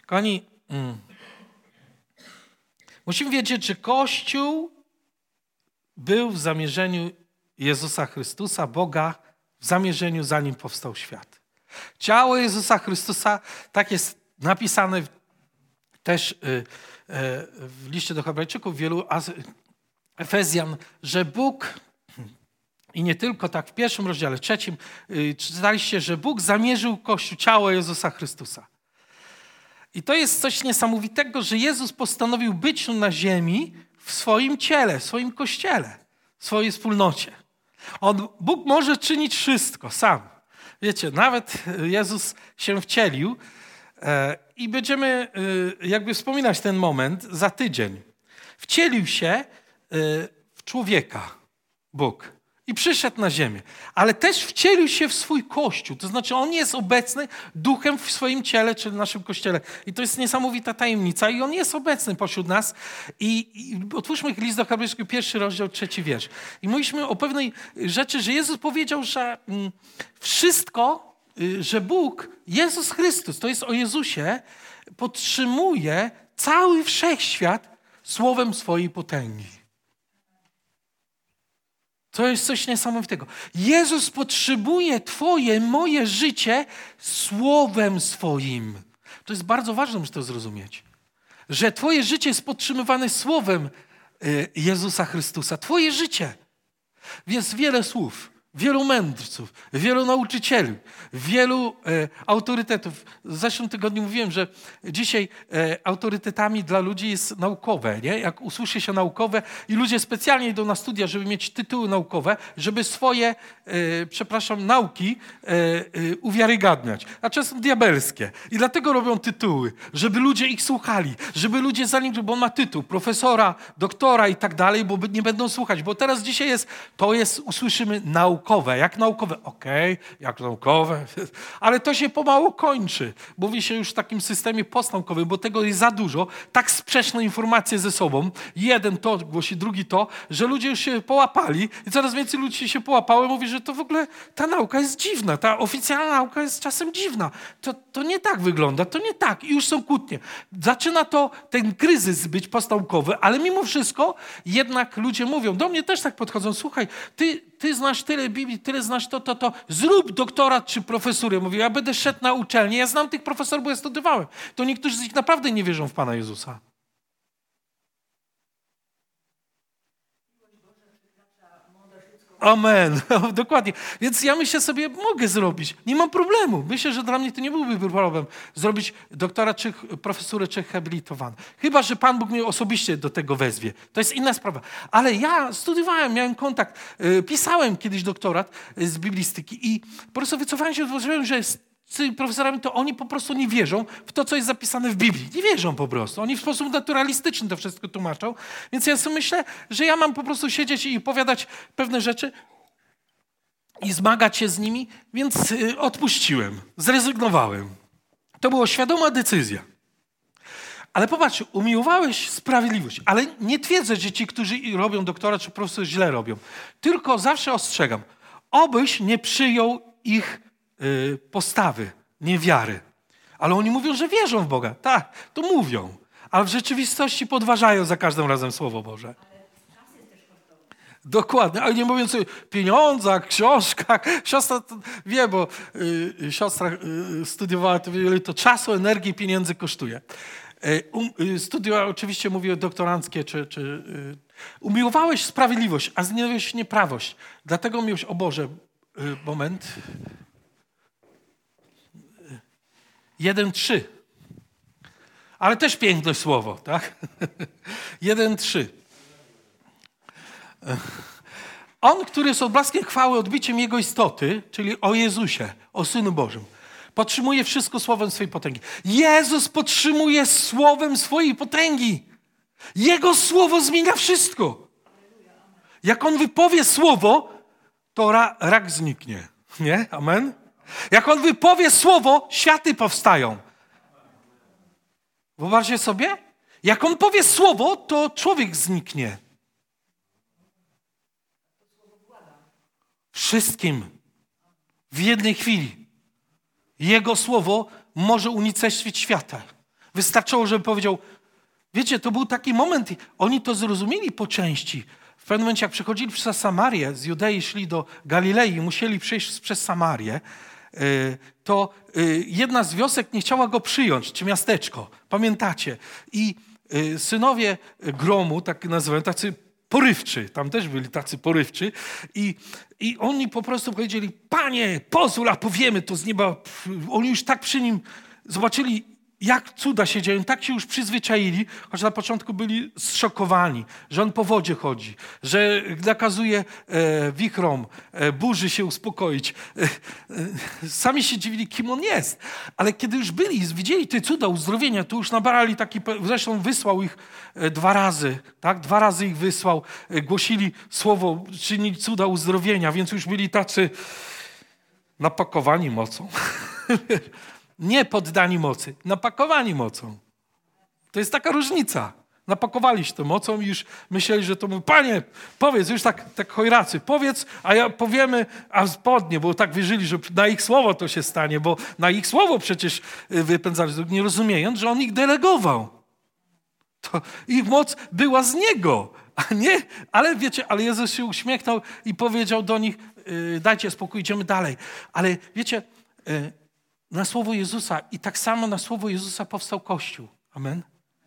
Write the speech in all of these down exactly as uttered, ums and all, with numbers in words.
Kochani, mm, musimy wiedzieć, że Kościół był w zamierzeniu Jezusa Chrystusa, Boga, w zamierzeniu, zanim powstał świat. Ciało Jezusa Chrystusa, tak jest napisane też w liście do Hebrajczyków, wielu Efezjan, że Bóg, i nie tylko tak, w pierwszym rozdziale, trzecim, czytaliście, że Bóg zamierzył Kościół, ciało Jezusa Chrystusa. I to jest coś niesamowitego, że Jezus postanowił być na ziemi w swoim ciele, w swoim Kościele, w swojej wspólnocie. On, Bóg może czynić wszystko sam. Wiecie, nawet Jezus się wcielił e, i będziemy e, jakby wspominać ten moment za tydzień. Wcielił się e, w człowieka, Bóg. I przyszedł na ziemię. Ale też wcielił się w swój Kościół. To znaczy on jest obecny duchem w swoim ciele, czyli w naszym Kościele. I to jest niesamowita tajemnica. I on jest obecny pośród nas. I, i otwórzmy list do Hebrajczyków, pierwszy rozdział, trzeci wiersz. I mówiliśmy o pewnej rzeczy, że Jezus powiedział, że mm, wszystko, y, że Bóg, Jezus Chrystus, to jest o Jezusie, podtrzymuje cały wszechświat słowem swojej potęgi. To jest coś niesamowitego. Jezus potrzebuje twoje, moje życie słowem swoim. To jest bardzo ważne, żeby to zrozumieć. Że twoje życie jest podtrzymywane słowem Jezusa Chrystusa. Twoje życie. Jest wiele słów, wielu mędrców, wielu nauczycieli, wielu e, autorytetów. W zeszłym tygodniu mówiłem, że dzisiaj e, autorytetami dla ludzi jest naukowe. Nie? Jak usłyszy się naukowe i ludzie specjalnie idą na studia, żeby mieć tytuły naukowe, żeby swoje, e, przepraszam, nauki e, e, uwiarygadniać. A czasem diabelskie. I dlatego robią tytuły, żeby ludzie ich słuchali, żeby ludzie za nim, bo on ma tytuł profesora, doktora i tak dalej, bo nie będą słuchać. Bo teraz dzisiaj jest, to jest, usłyszymy naukowe. Naukowe, jak naukowe, okej, okay, jak naukowe, ale to się pomału kończy. Mówi się już w takim systemie postnaukowym, bo tego jest za dużo, tak sprzeczne informacje ze sobą, jeden to głosi, drugi to, że ludzie już się połapali i coraz więcej ludzi się połapało i mówi, że to w ogóle ta nauka jest dziwna, ta oficjalna nauka jest czasem dziwna. To, to nie tak wygląda, to nie tak i już są kłótnie. Zaczyna to, ten kryzys być postnaukowy, ale mimo wszystko jednak ludzie mówią, do mnie też tak podchodzą, słuchaj, ty, ty znasz tyle Biblii, tyle znasz to, to, to, zrób doktorat czy profesurę. Mówię, ja będę szedł na uczelnię, ja znam tych profesorów, bo ja studiowałem. To niektórzy z nich naprawdę nie wierzą w Pana Jezusa. Amen. Dokładnie. Więc ja myślę sobie, mogę zrobić. Nie mam problemu. Myślę, że dla mnie to nie byłby problem zrobić doktorat czy profesurę czy habilitowany. Chyba, że Pan Bóg mnie osobiście do tego wezwie. To jest inna sprawa. Ale ja studiowałem, miałem kontakt, pisałem kiedyś doktorat z biblistyki i po prostu wycofałem się, zauważyłem, że z tymi profesorami to oni po prostu nie wierzą w to, co jest zapisane w Biblii. Nie wierzą po prostu. Oni w sposób naturalistyczny to wszystko tłumaczą. Więc ja sobie myślę, że ja mam po prostu siedzieć i opowiadać pewne rzeczy i zmagać się z nimi, więc y, odpuściłem, zrezygnowałem. To była świadoma decyzja. Ale popatrz, umiłowałeś sprawiedliwość. Ale nie twierdzę, że ci, którzy robią doktorat czy profesor źle robią. Tylko zawsze ostrzegam. Obyś nie przyjął ich postawy, niewiary. Ale oni mówią, że wierzą w Boga. Tak, to mówią. Ale w rzeczywistości podważają za każdym razem Słowo Boże. Ale czas jest też kosztowny. Dokładnie. Ale nie mówiąc o pieniądzach, książkach. Siostra to wie, bo y, siostra y, studiowała, to wie, ile to czasu, energii, pieniędzy kosztuje. Y, um, y, studia oczywiście mówię doktoranckie, czy, czy y, umiłowałeś sprawiedliwość, a znienawidziłeś nieprawość. Dlatego miłość, o Boże, y, moment... Jeden, trzy. Ale też piękne słowo, tak? Jeden, trzy. On, który jest odblaskiem chwały, odbiciem Jego istoty, czyli o Jezusie, o Synu Bożym, podtrzymuje wszystko słowem swojej potęgi. Jezus podtrzymuje słowem swojej potęgi. Jego słowo zmienia wszystko. Jak On wypowie słowo, to ra, rak zniknie. Nie? Amen? Jak On wypowie słowo, światy powstają. Wyobraźcie sobie? Jak On powie słowo, to człowiek zniknie. Wszystkim. W jednej chwili. Jego słowo może unicestwić świata. Wystarczyło, żeby powiedział, wiecie, to był taki moment, oni to zrozumieli po części. W pewnym momencie, jak przechodzili przez Samarię, z Judei szli do Galilei i musieli przejść przez Samarię, to jedna z wiosek nie chciała go przyjąć, czy miasteczko, pamiętacie? I synowie gromu, tak nazywają, tacy porywczy, tam też byli tacy porywczy i, i oni po prostu powiedzieli, Panie, pozwól, a powiemy to z nieba. Oni już tak przy nim zobaczyli, jak cuda się dzieją, tak się już przyzwyczaili, choć na początku byli zszokowani, że on po wodzie chodzi, że nakazuje e, wichrom, e, burzy się uspokoić. E, e, sami się dziwili, kim on jest. Ale kiedy już byli i widzieli te cuda uzdrowienia, to już nabrali taki, zresztą wysłał ich e, dwa razy, tak? Dwa razy ich wysłał, e, głosili słowo, czynili cuda uzdrowienia, więc już byli tacy napakowani mocą. Nie poddani mocy, napakowani mocą. To jest taka różnica. Napakowali się to mocą i już myśleli, że to mówi, Panie, powiedz, już tak, tak chojracy, powiedz, a ja powiemy, a spodnie, bo tak wierzyli, że na ich słowo to się stanie, bo na ich słowo przecież wypędzali, nie rozumiejąc, że on ich delegował. To ich moc była z Niego, a nie, ale wiecie, ale Jezus się uśmiechnął i powiedział do nich, dajcie spokój, idziemy dalej. Ale wiecie, na słowo Jezusa i tak samo na słowo Jezusa powstał Kościół. Amen.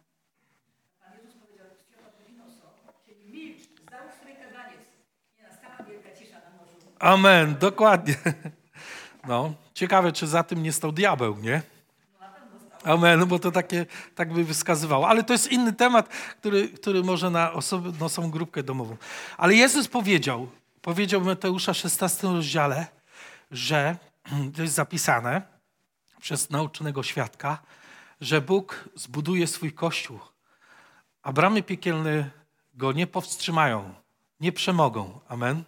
Pan Jezus powiedział, czyli milcz, zdał swój kaganiec. Nie nastała wielka cisza na morzu. Amen, dokładnie. No, ciekawe, czy za tym nie stał diabeł, nie? Amen, bo to takie, tak by wskazywało. Ale to jest inny temat, który, który może na osobną grupkę domową. Ale Jezus powiedział, powiedział w Mateusza szesnastym rozdziale, że to jest zapisane przez nauczonego świadka, że Bóg zbuduje swój Kościół, a bramy piekielne go nie powstrzymają, nie przemogą. Amen.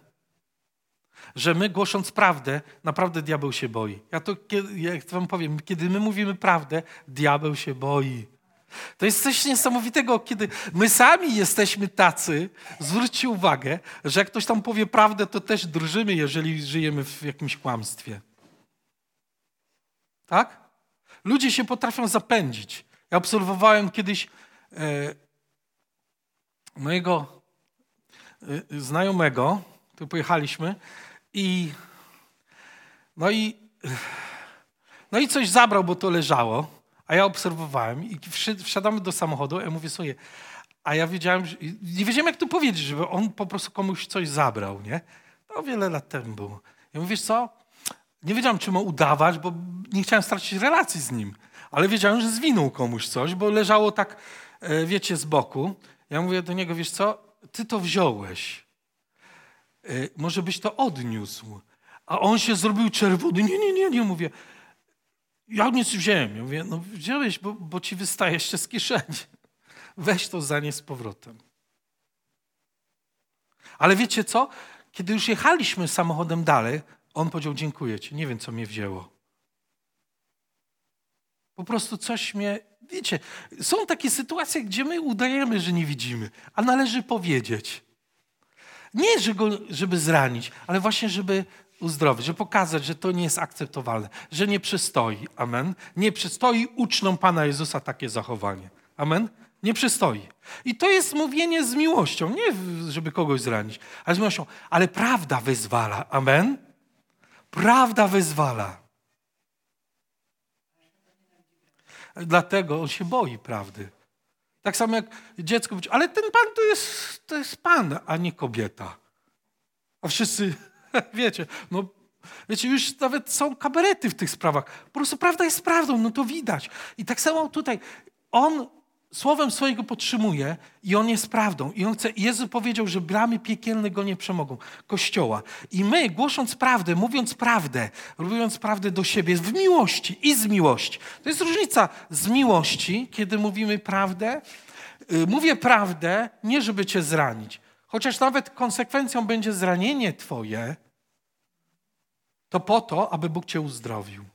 Że my głosząc prawdę, naprawdę diabeł się boi. Ja to, jak wam powiem, kiedy my mówimy prawdę, diabeł się boi. To jest coś niesamowitego, kiedy my sami jesteśmy tacy, zwróćcie uwagę, że jak ktoś tam powie prawdę, to też drżymy, jeżeli żyjemy w jakimś kłamstwie. Tak? Ludzie się potrafią zapędzić. Ja obserwowałem kiedyś e, mojego e, znajomego, tu pojechaliśmy i no i no i coś zabrał, bo to leżało, a ja obserwowałem i wsiadamy do samochodu, ja mówię sobie, a ja wiedziałem, że, nie wiedziałem jak to powiedzieć, żeby on po prostu komuś coś zabrał, nie? To wiele lat temu było. Ja mówię, wiesz co? Nie wiedziałem, czy ma udawać, bo nie chciałem stracić relacji z nim. Ale wiedziałem, że zwinął komuś coś, bo leżało tak, wiecie, z boku. Ja mówię do niego, wiesz co, ty to wziąłeś. Może byś to odniósł. A on się zrobił czerwony. Nie, nie, nie, nie, mówię. Ja nic wziąłem. Ja mówię, no wziąłeś, bo, bo ci wystaje jeszcze z kieszeni. Weź to zanieś z powrotem. Ale wiecie co? Kiedy już jechaliśmy samochodem dalej, on powiedział, dziękuję ci, nie wiem, co mnie wzięło. Po prostu coś mnie, wiecie, są takie sytuacje, gdzie my udajemy, że nie widzimy, a należy powiedzieć. Nie, żeby, go, żeby zranić, ale właśnie, żeby uzdrowić, żeby pokazać, że to nie jest akceptowalne, że nie przystoi. Amen. Nie przystoi ucznom Pana Jezusa takie zachowanie. Amen. Nie przystoi. I to jest mówienie z miłością, nie żeby kogoś zranić, ale z miłością. Ale prawda wyzwala. Amen. Prawda wyzwala. Dlatego on się boi prawdy. Tak samo jak dziecko mówi, ale ten pan to jest, to jest pan, a nie kobieta. A wszyscy, wiecie, no, wiecie, już nawet są kabarety w tych sprawach. Po prostu prawda jest prawdą, no to widać. I tak samo tutaj, on słowem swojego podtrzymuje i on jest prawdą. I on chce, Jezus powiedział, że bramy piekielne go nie przemogą. Kościoła. I my, głosząc prawdę, mówiąc prawdę, mówiąc prawdę do siebie w miłości i z miłości. To jest różnica z miłości, kiedy mówimy prawdę. Mówię prawdę, nie żeby cię zranić. Chociaż nawet konsekwencją będzie zranienie twoje, to po to, aby Bóg cię uzdrowił.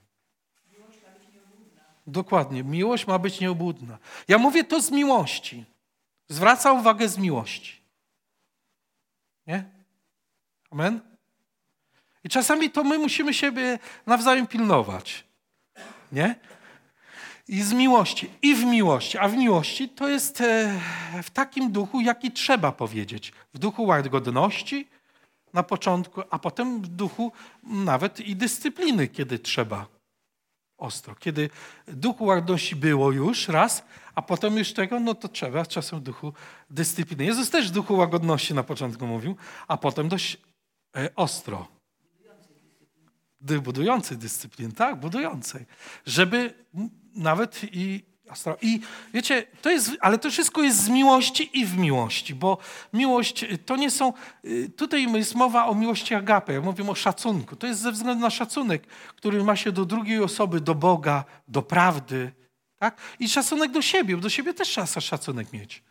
Dokładnie. Miłość ma być nieobłudna. Ja mówię to z miłości. Zwracam uwagę z miłości. Nie? Amen? I czasami to my musimy siebie nawzajem pilnować. Nie? I z miłości, i w miłości. A w miłości to jest w takim duchu, jaki trzeba powiedzieć. W duchu łagodności na początku, a potem w duchu nawet i dyscypliny, kiedy trzeba. Ostro. Kiedy duchu łagodności było już raz, a potem już tego, no to trzeba czasem w duchu dyscypliny. Jezus też w duchu łagodności na początku mówił, a potem dość e, ostro. Budującej dyscypliny, tak, budującej. Żeby nawet i ostro. I wiecie, to jest, ale to wszystko jest z miłości i w miłości, bo miłość to nie są, tutaj jest mowa o miłości agape, ja mówię o szacunku. To jest ze względu na szacunek, który ma się do drugiej osoby, do Boga, do prawdy, tak? I szacunek do siebie, bo do siebie też trzeba szacunek mieć.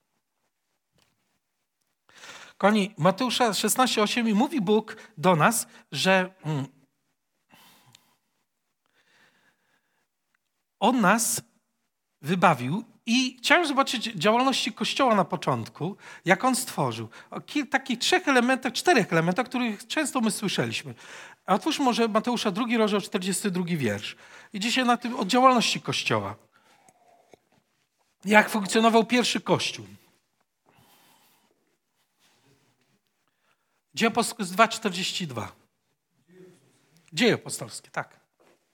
Kochani, Mateusza szesnaście osiem i mówi Bóg do nas, że mm, On nas wybawił i chciałem zobaczyć działalności Kościoła na początku, jak on stworzył. O takich trzech elementach, czterech elementach, których często my słyszeliśmy. A otwórzmy może Mateusza drugi rozdział, czterdziesty drugi wiersz. I dzisiaj na tym od działalności Kościoła. Jak funkcjonował pierwszy Kościół. Dzieje apostolskie dwa czterdzieści dwa. Dzieje apostolskie, tak.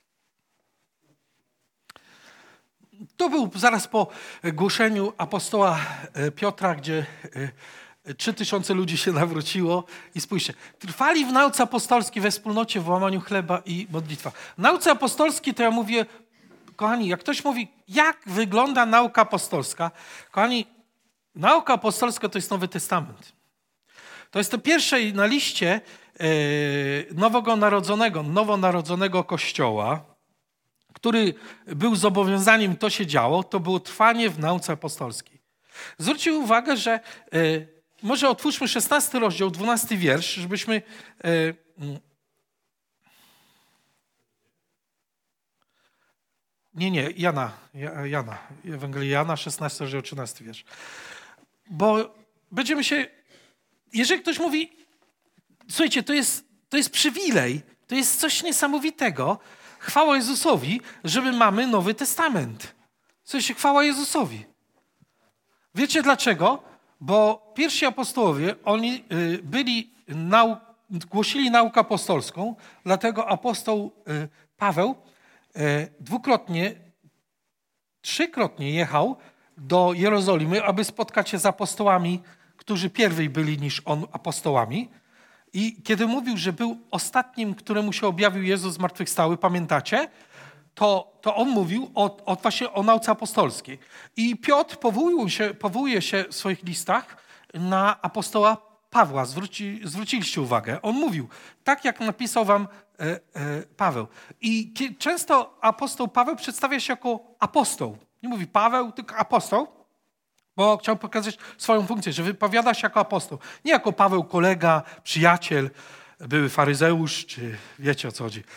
To był zaraz po głoszeniu apostoła Piotra, gdzie trzy tysiące ludzi się nawróciło. I spójrzcie, trwali w nauce apostolskiej, we wspólnocie, w łamaniu chleba i modlitwa. W nauce apostolskiej to ja mówię, kochani, jak ktoś mówi, jak wygląda nauka apostolska, kochani, nauka apostolska to jest Nowy Testament. To jest to pierwsze na liście nowego narodzonego, nowonarodzonego Kościoła, który był zobowiązaniem, to się działo, to było trwanie w nauce apostolskiej. Zwróćcie uwagę, że y, może otwórzmy szesnasty rozdział, dwunasty wiersz, żebyśmy... Y, nie, nie, Jana, Jana, Ewangelia Jana, szesnasty rozdział, trzynasty wiersz. Bo będziemy się... Jeżeli ktoś mówi, słuchajcie, to jest, to jest przywilej, to jest coś niesamowitego. Chwała Jezusowi, że my mamy Nowy Testament. W sensie chwała Jezusowi. Wiecie dlaczego? Bo pierwsi apostołowie, oni byli, nau, głosili naukę apostolską, dlatego apostoł Paweł dwukrotnie, trzykrotnie jechał do Jerozolimy, aby spotkać się z apostołami, którzy pierwej byli niż on apostołami. I kiedy mówił, że był ostatnim, któremu się objawił Jezus zmartwychwstały, pamiętacie? To, to on mówił o, o, właśnie o nauce apostolskiej. I Piotr powołuje się, powołuje się w swoich listach na apostoła Pawła. Zwróci, zwróciliście uwagę. On mówił, tak jak napisał wam e, e, Paweł. I kie, często apostoł Paweł przedstawia się jako apostoł. Nie mówi Paweł, tylko apostoł. Bo chciał pokazać swoją funkcję, że wypowiada się jako apostoł. Nie jako Paweł, kolega, przyjaciel, były faryzeusz, czy wiecie o co chodzi.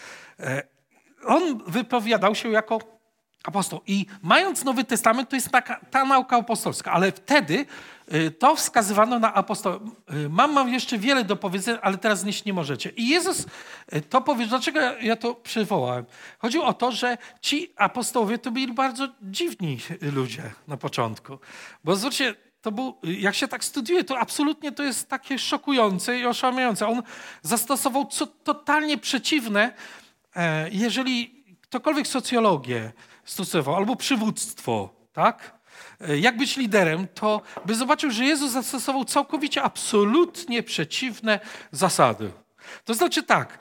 On wypowiadał się jako apostoł. I mając Nowy Testament, to jest taka, ta nauka apostolska. Ale wtedy to wskazywano na apostoła. Mam, mam jeszcze wiele do powiedzenia, ale teraz znieść nie możecie. I Jezus to powie, dlaczego ja to przywołałem. Chodziło o to, że ci apostołowie to byli bardzo dziwni ludzie na początku. Bo zwróćcie, to był, jak się tak studiuje, to absolutnie to jest takie szokujące i oszałamiające. On zastosował co totalnie przeciwne, jeżeli ktokolwiek socjologię stosował, albo przywództwo, tak? Jak być liderem, to by zobaczył, że Jezus zastosował całkowicie, absolutnie przeciwne zasady. To znaczy tak,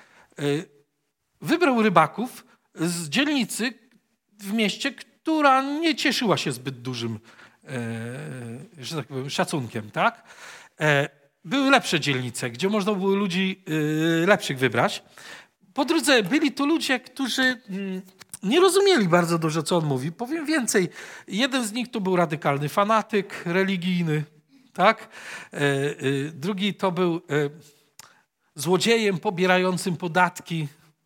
wybrał rybaków z dzielnicy w mieście, która nie cieszyła się zbyt dużym, że tak powiem, szacunkiem, tak? Były lepsze dzielnice, gdzie można było ludzi lepszych wybrać. Po drugie, byli to ludzie, którzy nie rozumieli bardzo dobrze, co on mówi. Powiem więcej, jeden z nich to był radykalny fanatyk religijny, tak? Drugi to był złodziejem pobierającym podatki.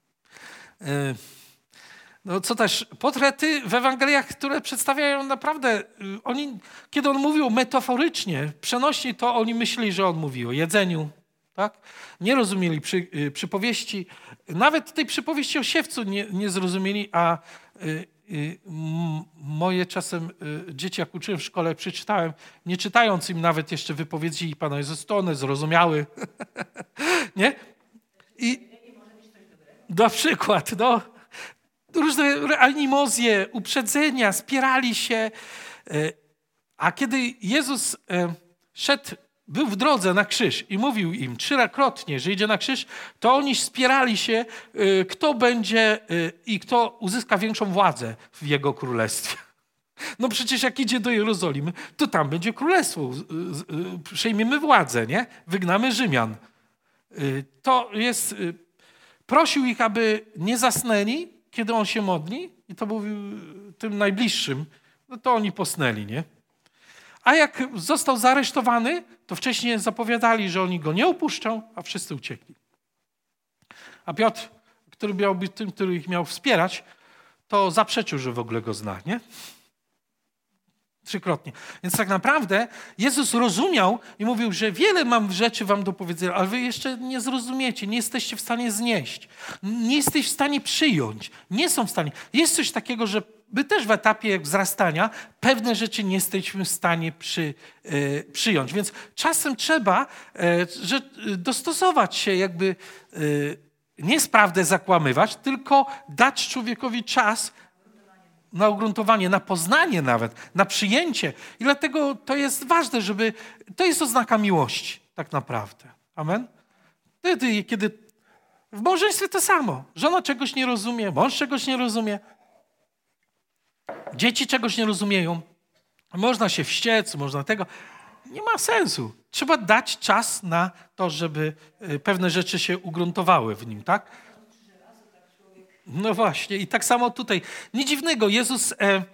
No co też, portrety w Ewangeliach, które przedstawiają naprawdę, oni, kiedy on mówił metaforycznie, przenośnie, to oni myśleli, że on mówi o jedzeniu, tak? Nie rozumieli przy, przypowieści, nawet tej przypowieści o siewcu nie, nie zrozumieli, a y, m, moje czasem y, dzieci, jak uczyłem w szkole, przeczytałem, nie czytając im nawet jeszcze wypowiedzi Pana Jezusa, to one zrozumiały. Nie? I na przykład, no, różne animozje, uprzedzenia, spierali się. A kiedy Jezus szedł, był w drodze na krzyż i mówił im trzykrotnie, że idzie na krzyż, to oni spierali się, kto będzie i kto uzyska większą władzę w Jego królestwie. No przecież jak idzie do Jerozolimy, to tam będzie królestwo. Przejmiemy władzę, nie? Wygnamy Rzymian. To jest... Prosił ich, aby nie zasnęli, kiedy on się modli, i to mówił tym najbliższym, no to oni posnęli, nie? A jak został zaaresztowany, to wcześniej zapowiadali, że oni go nie opuszczą, a wszyscy uciekli. A Piotr, który miał być tym, który ich miał wspierać, to zaprzeczył, że w ogóle go zna, nie? Trzykrotnie. Więc tak naprawdę Jezus rozumiał i mówił, że wiele mam rzeczy wam do powiedzenia, ale wy jeszcze nie zrozumiecie, nie jesteście w stanie znieść, nie jesteście w stanie przyjąć, nie są w stanie. Jest coś takiego, że my też w etapie wzrastania pewne rzeczy nie jesteśmy w stanie przy, e, przyjąć. Więc czasem trzeba e, że, dostosować się, jakby e, nie z prawdę zakłamywać, tylko dać człowiekowi czas na ugruntowanie, na poznanie nawet, na przyjęcie. I dlatego to jest ważne, żeby... To jest oznaka miłości, tak naprawdę. Amen? Wtedy, kiedy w małżeństwie to samo. Żona czegoś nie rozumie, mąż czegoś nie rozumie, dzieci czegoś nie rozumieją. Można się wściec, można tego. Nie ma sensu. Trzeba dać czas na to, żeby pewne rzeczy się ugruntowały w nim, tak? No właśnie. I tak samo tutaj. Nic dziwnego. Jezus e, e,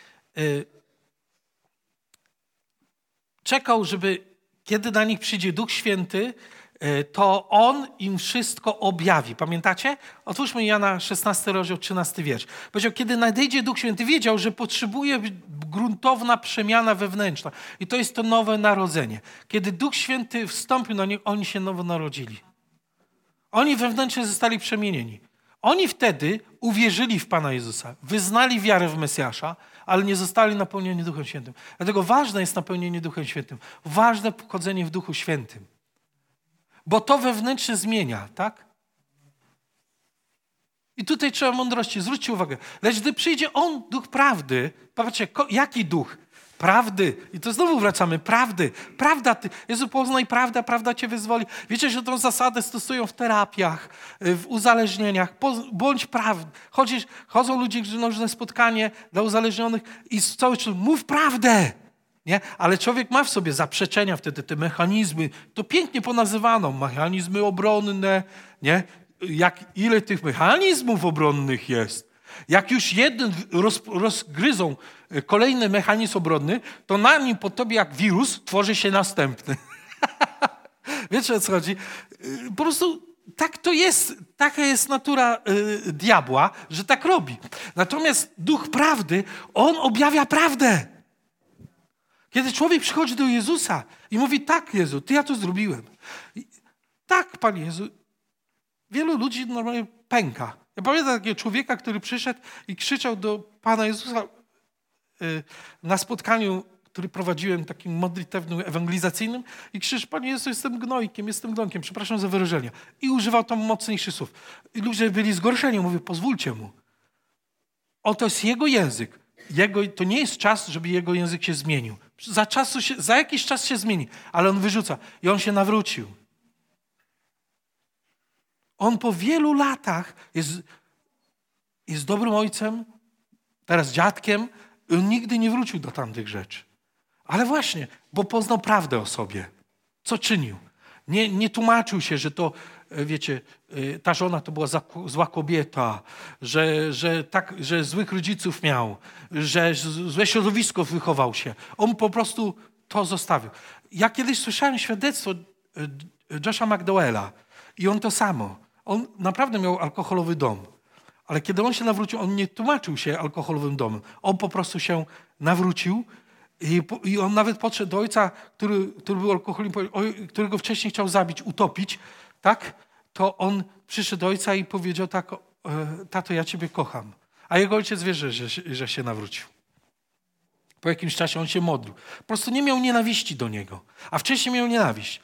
czekał, żeby kiedy na nich przyjdzie Duch Święty, e, to On im wszystko objawi. Pamiętacie? Otwórzmy Jana szesnasty rozdział, trzynasty wiersz. Powiedział, kiedy nadejdzie Duch Święty, wiedział, że potrzebuje gruntowna przemiana wewnętrzna. I to jest to nowe narodzenie. Kiedy Duch Święty wstąpił na nich, oni się nowo narodzili. Oni wewnętrznie zostali przemienieni. Oni wtedy uwierzyli w Pana Jezusa, wyznali wiarę w Mesjasza, ale nie zostali napełnieni Duchem Świętym. Dlatego ważne jest napełnienie Duchem Świętym. Ważne chodzenie w Duchu Świętym. Bo to wewnętrznie zmienia, tak? I tutaj trzeba mądrości. Zwróćcie uwagę. Lecz gdy przyjdzie On, Duch Prawdy, popatrzcie, jaki Duch? Prawdy. I to znowu wracamy. Prawdy. Prawda. Ty. Jezu, poznaj prawdę, prawda cię wyzwoli. Wiecie, że tą zasadę stosują w terapiach, w uzależnieniach. Bądź prawdy. Chodzisz, chodzą ludzie na różne spotkanie dla uzależnionych i cały czas mów prawdę. Nie? Ale człowiek ma w sobie zaprzeczenia wtedy, te mechanizmy. To pięknie ponazywano. Mechanizmy obronne. Nie? Jak, ile tych mechanizmów obronnych jest. Jak już jeden roz, rozgryzą kolejny mechanizm obronny, to na nim po tobie jak wirus tworzy się następny. Wiecie, o co chodzi? Po prostu tak to jest, taka jest natura y, diabła, że tak robi. Natomiast Duch Prawdy, On objawia prawdę. Kiedy człowiek przychodzi do Jezusa i mówi, tak Jezu, Ty ja to zrobiłem. I, tak, Panie Jezu. Wielu ludzi normalnie pęka. Ja pamiętam takiego człowieka, który przyszedł i krzyczał do Pana Jezusa na spotkaniu, który prowadziłem takim modlitewnym, ewangelizacyjnym i krzyczał, Panie Jezu, jestem gnojkiem, jestem gnojkiem, przepraszam za wyrażenie. I używał tam mocniejszych słów. I ludzie byli zgorszeni. Mówię, pozwólcie mu. Oto jest jego język. Jego, to nie jest czas, żeby jego język się zmienił. Za, czasu się, za jakiś czas się zmieni, ale on wyrzuca. I on się nawrócił. On po wielu latach jest, jest dobrym ojcem, teraz dziadkiem. On nigdy nie wrócił do tamtych rzeczy. Ale właśnie, bo poznał prawdę o sobie. Co czynił? Nie, nie tłumaczył się, że to, wiecie, ta żona to była zła kobieta, że, że, tak, że złych rodziców miał, że złe środowisko wychował się. On po prostu to zostawił. Ja kiedyś słyszałem świadectwo Josha McDowella i on to samo. On naprawdę miał alkoholowy dom. Ale kiedy on się nawrócił, on nie tłumaczył się alkoholowym domem. On po prostu się nawrócił i, i on nawet podszedł do ojca, który, który był alkoholikiem, którego wcześniej chciał zabić, utopić, tak? To on przyszedł do ojca i powiedział tak, tato, ja ciebie kocham. A jego ojciec wie, że, że, że się nawrócił. Po jakimś czasie on się modlił. Po prostu nie miał nienawiści do niego. A wcześniej miał nienawiść.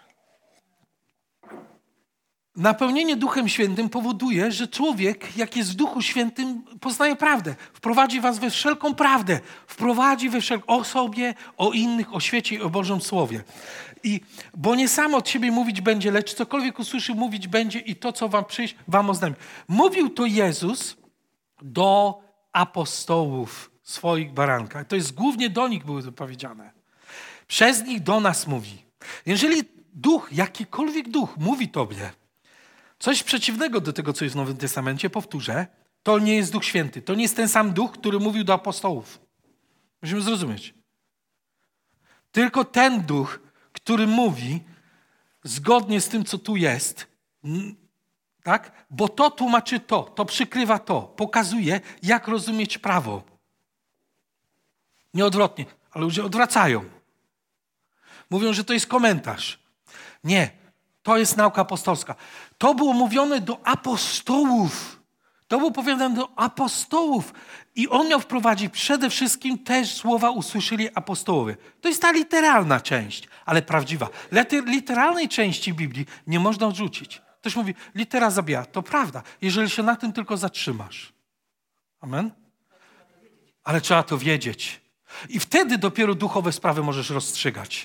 Napełnienie Duchem Świętym powoduje, że człowiek, jak jest w Duchu Świętym, poznaje prawdę. Wprowadzi was we wszelką prawdę. Wprowadzi we wszelką o sobie, o innych, o świecie i o Bożym Słowie. I, bo nie sam od siebie mówić będzie, lecz cokolwiek usłyszy, mówić będzie i to, co wam przyjść, wam oznajmi. Mówił to Jezus do apostołów swoich barankach. To jest głównie do nich były to powiedziane. Przez nich do nas mówi. Jeżeli duch, jakikolwiek duch mówi tobie coś przeciwnego do tego, co jest w Nowym Testamencie, powtórzę, to nie jest Duch Święty. To nie jest ten sam duch, który mówił do apostołów. Musimy zrozumieć. Tylko ten duch, który mówi zgodnie z tym, co tu jest, tak? Bo to tłumaczy to, to przykrywa to, pokazuje, jak rozumieć prawo. Nie odwrotnie, ale ludzie odwracają. Mówią, że to jest komentarz. Nie, to jest nauka apostolska. To było mówione do apostołów. To było powiedziane do apostołów. I on miał wprowadzić przede wszystkim też słowa usłyszeli apostołowie. To jest ta literalna część, ale prawdziwa. Literalnej części Biblii nie można odrzucić. Ktoś mówi, litera zabija. To prawda, jeżeli się na tym tylko zatrzymasz. Amen? Ale trzeba to wiedzieć. I wtedy dopiero duchowe sprawy możesz rozstrzygać.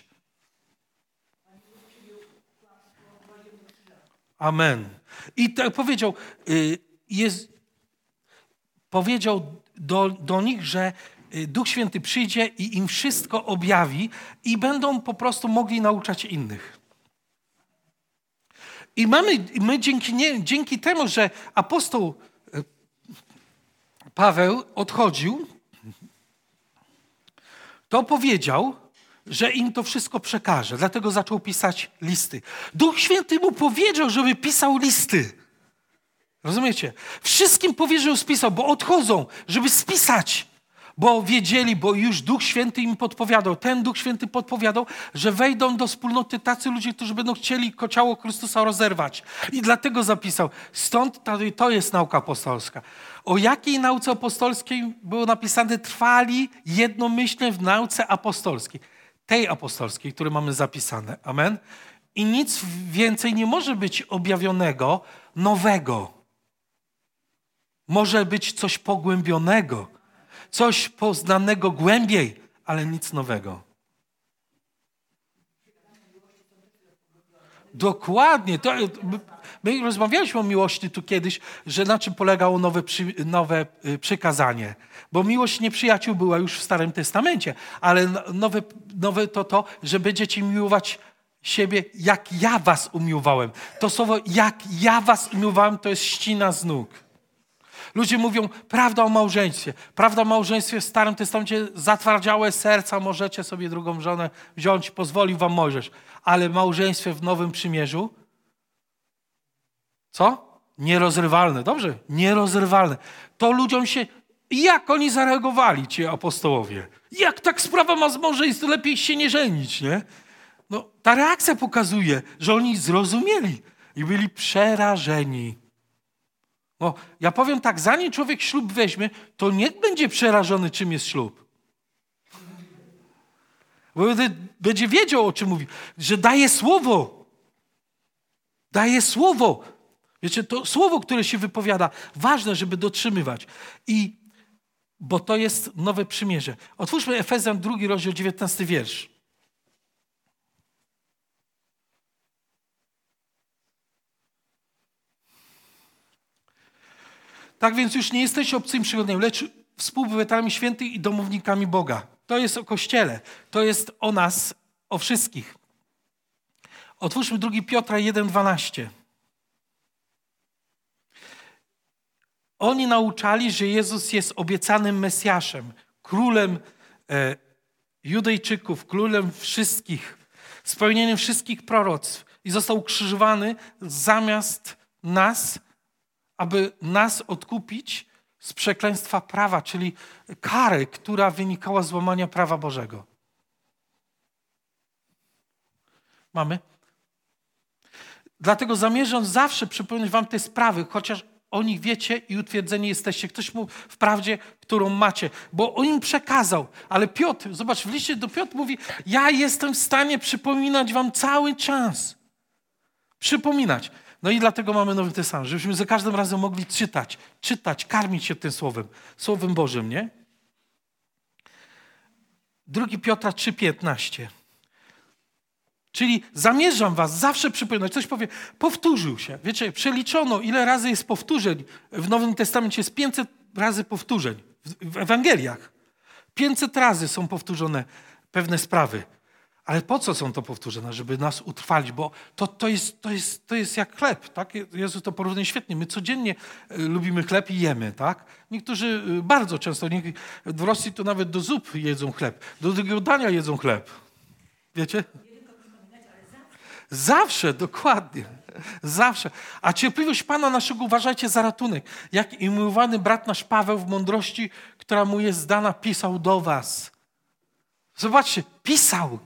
Amen. I tak powiedział, jest, powiedział do, do nich, że Duch Święty przyjdzie i im wszystko objawi i będą po prostu mogli nauczać innych. I mamy, my dzięki, nie, dzięki temu, że apostoł Paweł odchodził, to powiedział, że im to wszystko przekaże. Dlatego zaczął pisać listy. Duch Święty mu powiedział, żeby pisał listy. Rozumiecie? Wszystkim powierzył, spisał, bo odchodzą, żeby spisać. Bo wiedzieli, bo już Duch Święty im podpowiadał. Ten Duch Święty podpowiadał, że wejdą do wspólnoty tacy ludzie, którzy będą chcieli ciało Chrystusa rozerwać. I dlatego zapisał. Stąd to jest nauka apostolska. O jakiej nauce apostolskiej było napisane? Trwali jednomyślnie w nauce apostolskiej. Tej apostolskiej, które mamy zapisane. Amen. I nic więcej nie może być objawionego, nowego. Może być coś pogłębionego, coś poznanego głębiej, ale nic nowego. Dokładnie. To, my rozmawialiśmy o miłości tu kiedyś, że na czym polegało nowe, przy, nowe przykazanie. Bo miłość nieprzyjaciół była już w Starym Testamencie, ale nowe, nowe to to, że będziecie miłować siebie, jak ja was umiłowałem. To słowo, jak ja was umiłowałem, to jest ścina z nóg. Ludzie mówią, prawda o małżeństwie. Prawda o małżeństwie w Starym Testamencie, zatwardziałe serca, możecie sobie drugą żonę wziąć, pozwolił wam Mojżesz. Ale małżeństwie w Nowym Przymierzu, co? Nierozrywalne. Dobrze? Nierozrywalne. To ludziom się, jak oni zareagowali, ci apostołowie? Jak tak sprawa ma z małżeństwem, lepiej się nie żenić, nie? No, ta reakcja pokazuje, że oni zrozumieli i byli przerażeni. No, ja powiem tak, zanim człowiek ślub weźmie, to niech będzie przerażony, czym jest ślub. Bo będzie wiedział, o czym mówi, że daje słowo. Daje słowo. Wiecie, to słowo, które się wypowiada, ważne, żeby dotrzymywać. I, bo to jest nowe przymierze. Otwórzmy Efezjan drugi rozdział, dziewiętnasty wiersz. Tak więc już nie jesteście obcymi przychodniami, lecz współobywatelami świętych i domownikami Boga. To jest o Kościele. To jest o nas, o wszystkich. Otwórzmy drugi Piotra jeden, dwanaście. Oni nauczali, że Jezus jest obiecanym Mesjaszem, królem e, Judejczyków, królem wszystkich, spełnieniem wszystkich proroctw i został ukrzyżowany zamiast nas, aby nas odkupić z przekleństwa prawa, czyli kary, która wynikała z łamania prawa Bożego. Mamy? Dlatego zamierzam zawsze przypomnieć wam te sprawy, chociaż o nich wiecie i utwierdzeni jesteście. Ktoś mu w prawdzie, którą macie, bo on im przekazał. Ale Piotr, zobacz, w liście do Piotr mówi, ja jestem w stanie przypominać wam cały czas. Przypominać. No i dlatego mamy Nowy Testament, żebyśmy za każdym razem mogli czytać, czytać, karmić się tym Słowem, Słowem Bożym, nie? Drugi Piotra trzy piętnaście. Czyli zamierzam was zawsze przypominać. Ktoś powie, powtórzył się. Wiecie, przeliczono, ile razy jest powtórzeń. W Nowym Testamencie jest pięćset razy powtórzeń. W Ewangeliach. pięćset razy są powtórzone pewne sprawy. Ale po co są to powtórzone? Żeby nas utrwalić, bo to, to, jest, to, jest, to jest jak chleb. Tak? Jezus to porównuje świetnie. My codziennie lubimy chleb i jemy. Tak? Niektórzy bardzo często, w Rosji to nawet do zup jedzą chleb. Do drugiego dania jedzą chleb. Wiecie? Zawsze, dokładnie. Zawsze. A cierpliwość Pana naszego uważajcie za ratunek. Jak i umiłowany brat nasz Paweł w mądrości, która mu jest dana, pisał do was. Zobaczcie, pisał.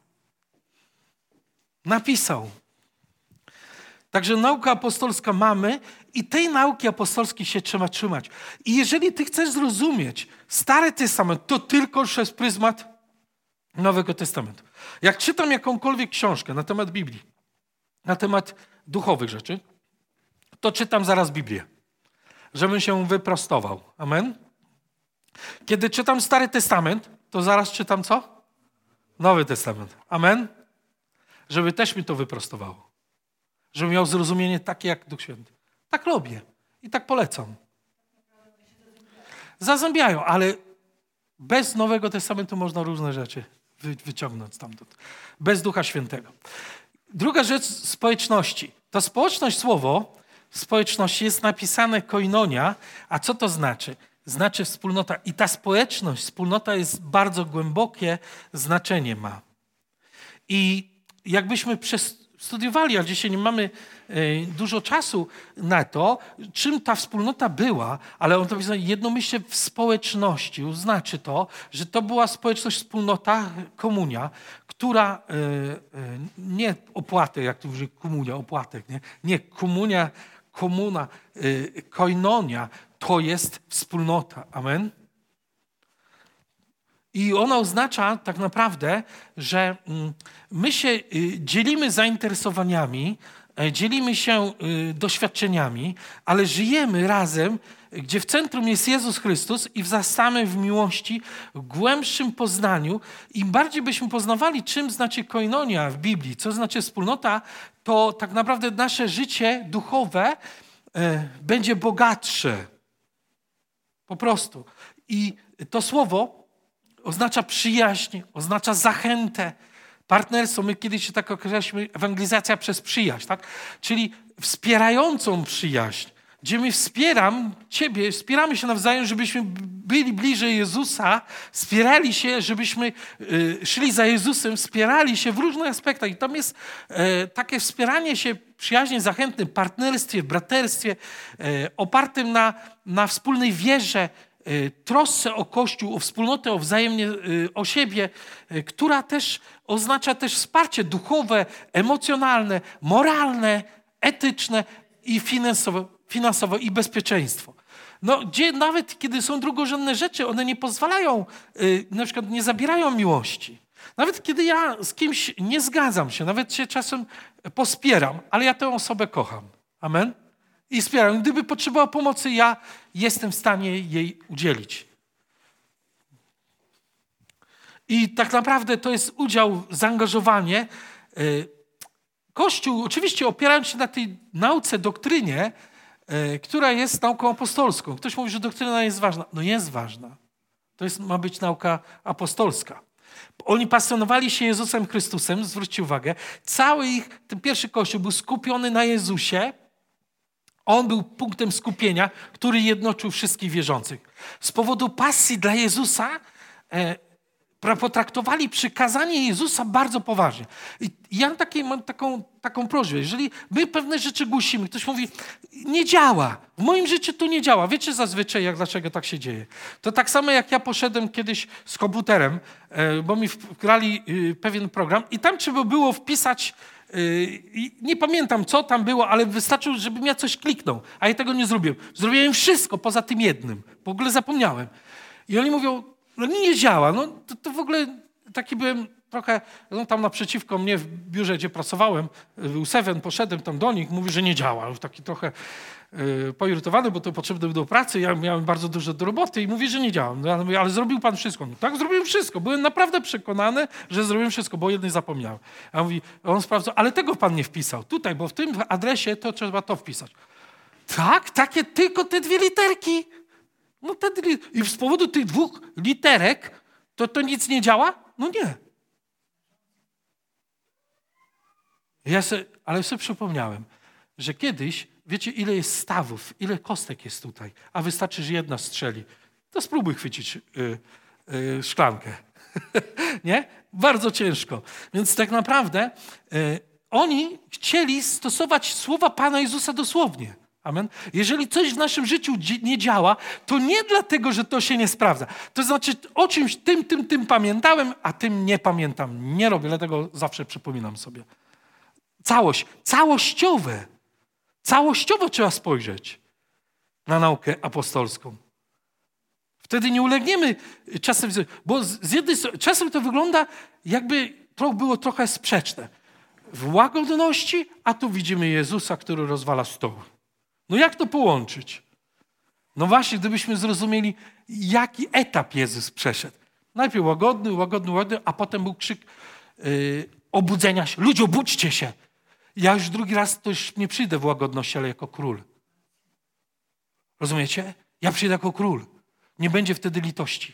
Napisał. Także nauka apostolska mamy i tej nauki apostolskiej się trzeba trzymać. I jeżeli ty chcesz zrozumieć Stary Testament, to tylko przez pryzmat Nowego Testamentu. Jak czytam jakąkolwiek książkę na temat Biblii, na temat duchowych rzeczy, to czytam zaraz Biblię, żebym się wyprostował. Amen? Kiedy czytam Stary Testament, to zaraz czytam co? Nowy Testament. Amen? Żeby też mi to wyprostowało. Żebym miał zrozumienie takie jak Duch Święty. Tak robię i tak polecam. Zazębiają, ale bez Nowego Testamentu można różne rzeczy wy- wyciągnąć stamtąd. Bez Ducha Świętego. Druga rzecz, społeczności. To społeczność, słowo w społeczności jest napisane koinonia, a co to znaczy? Znaczy wspólnota. I ta społeczność, wspólnota jest bardzo głębokie znaczenie ma. I jakbyśmy studiowali, a dzisiaj nie mamy dużo czasu na to, czym ta wspólnota była, ale on to napisał jednomyślnie w społeczności. Znaczy to, że to była społeczność, wspólnota, komunia, która nie opłatek, jak to mówi komunia, opłatek, nie, nie komunia, komuna, koinonia, to jest wspólnota. Amen? I ona oznacza tak naprawdę, że my się dzielimy zainteresowaniami, dzielimy się doświadczeniami, ale żyjemy razem, gdzie w centrum jest Jezus Chrystus i wzrastamy w miłości, w głębszym poznaniu. Im bardziej byśmy poznawali, czym znaczy koinonia w Biblii, co znaczy wspólnota, to tak naprawdę nasze życie duchowe będzie bogatsze. Po prostu. I to słowo oznacza przyjaźń, oznacza zachętę, partnerstwo. My kiedyś się tak określiliśmy, ewangelizacja przez przyjaźń, tak? Czyli wspierającą przyjaźń, gdzie my wspieram Ciebie, wspieramy się nawzajem, żebyśmy byli bliżej Jezusa, wspierali się, żebyśmy y, szli za Jezusem, wspierali się w różnych aspektach. I tam jest y, takie wspieranie się przyjaźnie, zachętnym, partnerstwie, braterstwie, y, opartym na, na wspólnej wierze, trosce o Kościół, o wspólnotę, o wzajemnie o siebie, która też oznacza też wsparcie duchowe, emocjonalne, moralne, etyczne i finansowe, finansowe i bezpieczeństwo. No, gdzie nawet kiedy są drugorzędne rzeczy, one nie pozwalają, na przykład nie zabierają miłości. Nawet kiedy ja z kimś nie zgadzam się, nawet się czasem pospieram, ale ja tę osobę kocham. Amen? I wspieram. Gdyby potrzebowała pomocy, ja jestem w stanie jej udzielić. I tak naprawdę to jest udział, zaangażowanie. Kościół, oczywiście opierając się na tej nauce, doktrynie, która jest nauką apostolską. Ktoś mówi, że doktryna jest ważna. No jest ważna. To jest, ma być nauka apostolska. Oni pasjonowali się Jezusem Chrystusem, zwróćcie uwagę. Cały ich, ten pierwszy Kościół był skupiony na Jezusie. On był punktem skupienia, który jednoczył wszystkich wierzących. Z powodu pasji dla Jezusa e, potraktowali przykazanie Jezusa bardzo poważnie. I ja mam, takie, mam taką, taką prośbę. Jeżeli my pewne rzeczy głosimy, ktoś mówi, nie działa. W moim życiu to nie działa. Wiecie zazwyczaj, jak, dlaczego tak się dzieje? To tak samo, jak ja poszedłem kiedyś z komputerem, e, bo mi wgrali e, pewien program i tam trzeba było wpisać Yy, nie pamiętam, co tam było, ale wystarczyło, żebym ja coś kliknął, a ja tego nie zrobiłem. Zrobiłem wszystko poza tym jednym. W ogóle zapomniałem. I oni mówią, no nie działa. No to, to w ogóle taki byłem trochę, no tam naprzeciwko mnie w biurze, gdzie pracowałem, był Seven, poszedłem tam do nich, mówi, że nie działa. Już taki trochę yy, poirytowany, bo to potrzebne do pracy, ja miałem bardzo dużo do roboty i mówi, że nie działa. No, ja mówię, ale zrobił pan wszystko. No, tak, zrobiłem wszystko. Byłem naprawdę przekonany, że zrobiłem wszystko, bo jednej zapomniałem. A mówi, on sprawdzał, ale tego pan nie wpisał. Tutaj, bo w tym adresie to trzeba to wpisać. Tak? Takie tylko te dwie literki. No te dwie. I z powodu tych dwóch literek to, to nic nie działa? No nie. Ja se, ale sobie przypomniałem, że kiedyś, wiecie, ile jest stawów, ile kostek jest tutaj, a wystarczy, że jedna strzeli. To spróbuj chwycić y, y, szklankę. Nie? Bardzo ciężko. Więc tak naprawdę y, oni chcieli stosować słowa Pana Jezusa dosłownie. Amen. Jeżeli coś w naszym życiu nie działa, to nie dlatego, że to się nie sprawdza. To znaczy o czymś tym, tym, tym pamiętałem, a tym nie pamiętam. Nie robię, dlatego zawsze przypominam sobie. Całość, całościowe. Całościowo trzeba spojrzeć na naukę apostolską. Wtedy nie ulegniemy czasem, bo z jednej strony, czasem to wygląda, jakby to było trochę sprzeczne. W łagodności, a tu widzimy Jezusa, który rozwala stoły. No jak to połączyć? No właśnie, gdybyśmy zrozumieli, jaki etap Jezus przeszedł. Najpierw łagodny, łagodny, łagodny, a potem był krzyk yy, obudzenia się. Ludzie, obudźcie się. Ja już drugi raz to już nie przyjdę w łagodności, ale jako król. Rozumiecie? Ja przyjdę jako król. Nie będzie wtedy litości.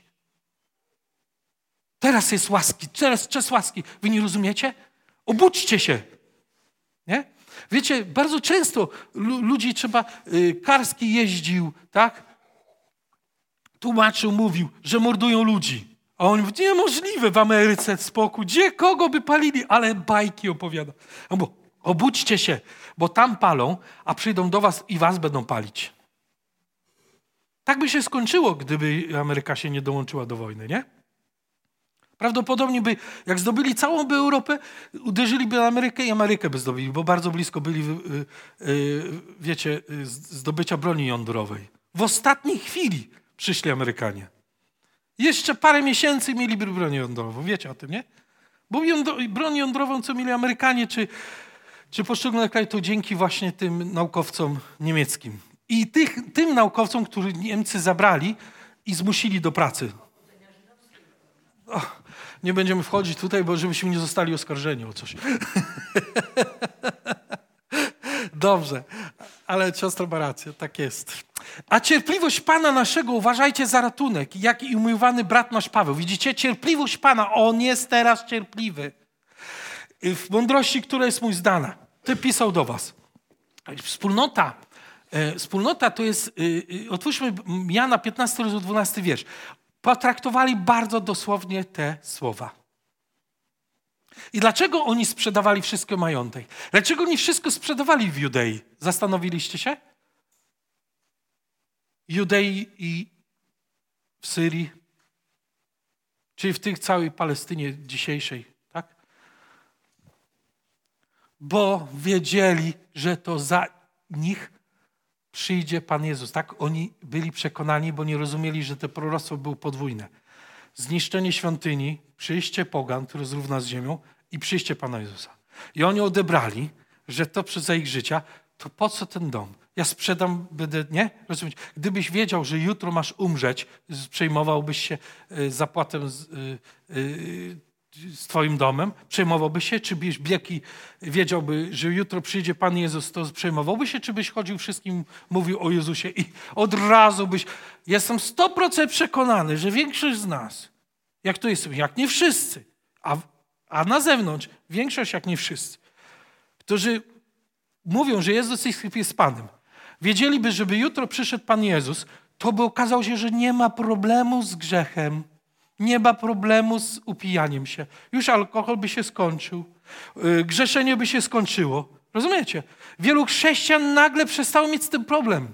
Teraz jest łaski, teraz czas łaski. Wy nie rozumiecie? Obudźcie się. Nie? Wiecie, bardzo często ludzi trzeba, y, Karski jeździł, tak? Tłumaczył, mówił, że mordują ludzi. A on mówi, niemożliwe w Ameryce spokój. Gdzie, kogo by palili? Ale bajki opowiada. On mówi, obudźcie się, bo tam palą, a przyjdą do was i was będą palić. Tak by się skończyło, gdyby Ameryka się nie dołączyła do wojny, nie? Prawdopodobnie by, jak zdobyli całą by Europę, uderzyliby Amerykę i Amerykę by zdobyli, bo bardzo blisko byli, yy, yy, wiecie, yy, zdobycia broni jądrowej. W ostatniej chwili przyszli Amerykanie. Jeszcze parę miesięcy mieliby broń jądrową. Wiecie o tym, nie? Bo jądro, broń jądrową, co mieli Amerykanie, czy, czy poszczególne kraje, to dzięki właśnie tym naukowcom niemieckim. I tych, tym naukowcom, których Niemcy zabrali i zmusili do pracy. O, nie będziemy wchodzić tutaj, bo żebyśmy nie zostali oskarżeni o coś. Dobrze, ale siostra ma rację, tak jest. A cierpliwość Pana naszego uważajcie za ratunek, jak i umiłowany brat nasz Paweł. Widzicie, cierpliwość Pana, On jest teraz cierpliwy. W mądrości, która jest mu zdana. Ty pisał do was. Wspólnota, e, wspólnota to jest, e, otwórzmy Jana piętnasty rozdział dwunasty wiersz. Potraktowali bardzo dosłownie te słowa. I dlaczego oni sprzedawali wszystko majątek? Dlaczego oni wszystko sprzedawali w Judei? Zastanowiliście się? Judei i w Syrii, czyli w tych całej Palestynie dzisiejszej, tak? Bo wiedzieli, że to za nich przyjdzie Pan Jezus. Tak? Oni byli przekonani, bo nie rozumieli, że to proroctwo było podwójne. Zniszczenie świątyni, przyjście pogan, który zrówna z ziemią i przyjście Pana Jezusa. I oni odebrali, że to przez ich życia, to po co ten dom? Ja sprzedam, będę, nie? Rozumiecie? Gdybyś wiedział, że jutro masz umrzeć, przejmowałbyś się zapłatem z, z twoim domem, przejmowałbyś się, czy byś biegł i wiedziałby, że jutro przyjdzie Pan Jezus, to przejmowałbyś się, czy byś chodził wszystkim, mówił o Jezusie i od razu byś... Jestem sto procent przekonany, że większość z nas, jak to jest, jak nie wszyscy, a, a na zewnątrz większość, jak nie wszyscy, którzy mówią, że Jezus jest Panem, wiedzieliby, żeby jutro przyszedł Pan Jezus, to by okazało się, że nie ma problemu z grzechem, nie ma problemu z upijaniem się. Już alkohol by się skończył, grzeszenie by się skończyło. Rozumiecie? Wielu chrześcijan nagle przestało mieć z tym problem.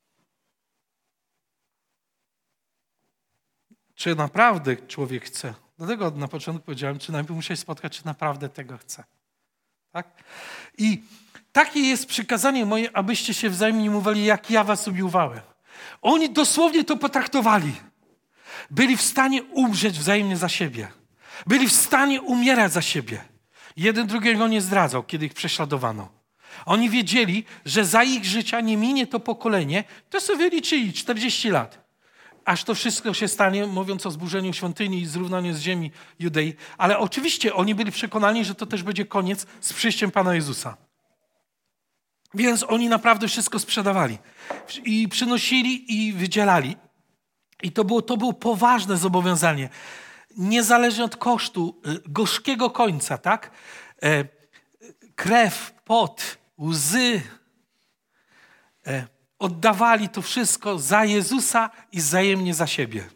Czy naprawdę człowiek chce? Dlatego na początku powiedziałem, czy najpierw muszę się spotkać, czy naprawdę tego chce. Tak? I takie jest przykazanie moje, abyście się wzajemnie miłowali, jak ja was umiłowałem. Oni dosłownie to potraktowali. Byli w stanie umrzeć wzajemnie za siebie. Byli w stanie umierać za siebie. Jeden drugiego nie zdradzał, kiedy ich prześladowano. Oni wiedzieli, że za ich życia nie minie to pokolenie, to sobie liczyli czterdzieści lat. Aż to wszystko się stanie, mówiąc o zburzeniu świątyni i zrównaniu z ziemi Judei. Ale oczywiście oni byli przekonani, że to też będzie koniec z przyjściem Pana Jezusa. Więc oni naprawdę wszystko sprzedawali. I przynosili i wydzielali. I to było, to było poważne zobowiązanie. Niezależnie od kosztu, gorzkiego końca, tak? E, krew, pot, łzy. E, oddawali to wszystko za Jezusa i wzajemnie za siebie.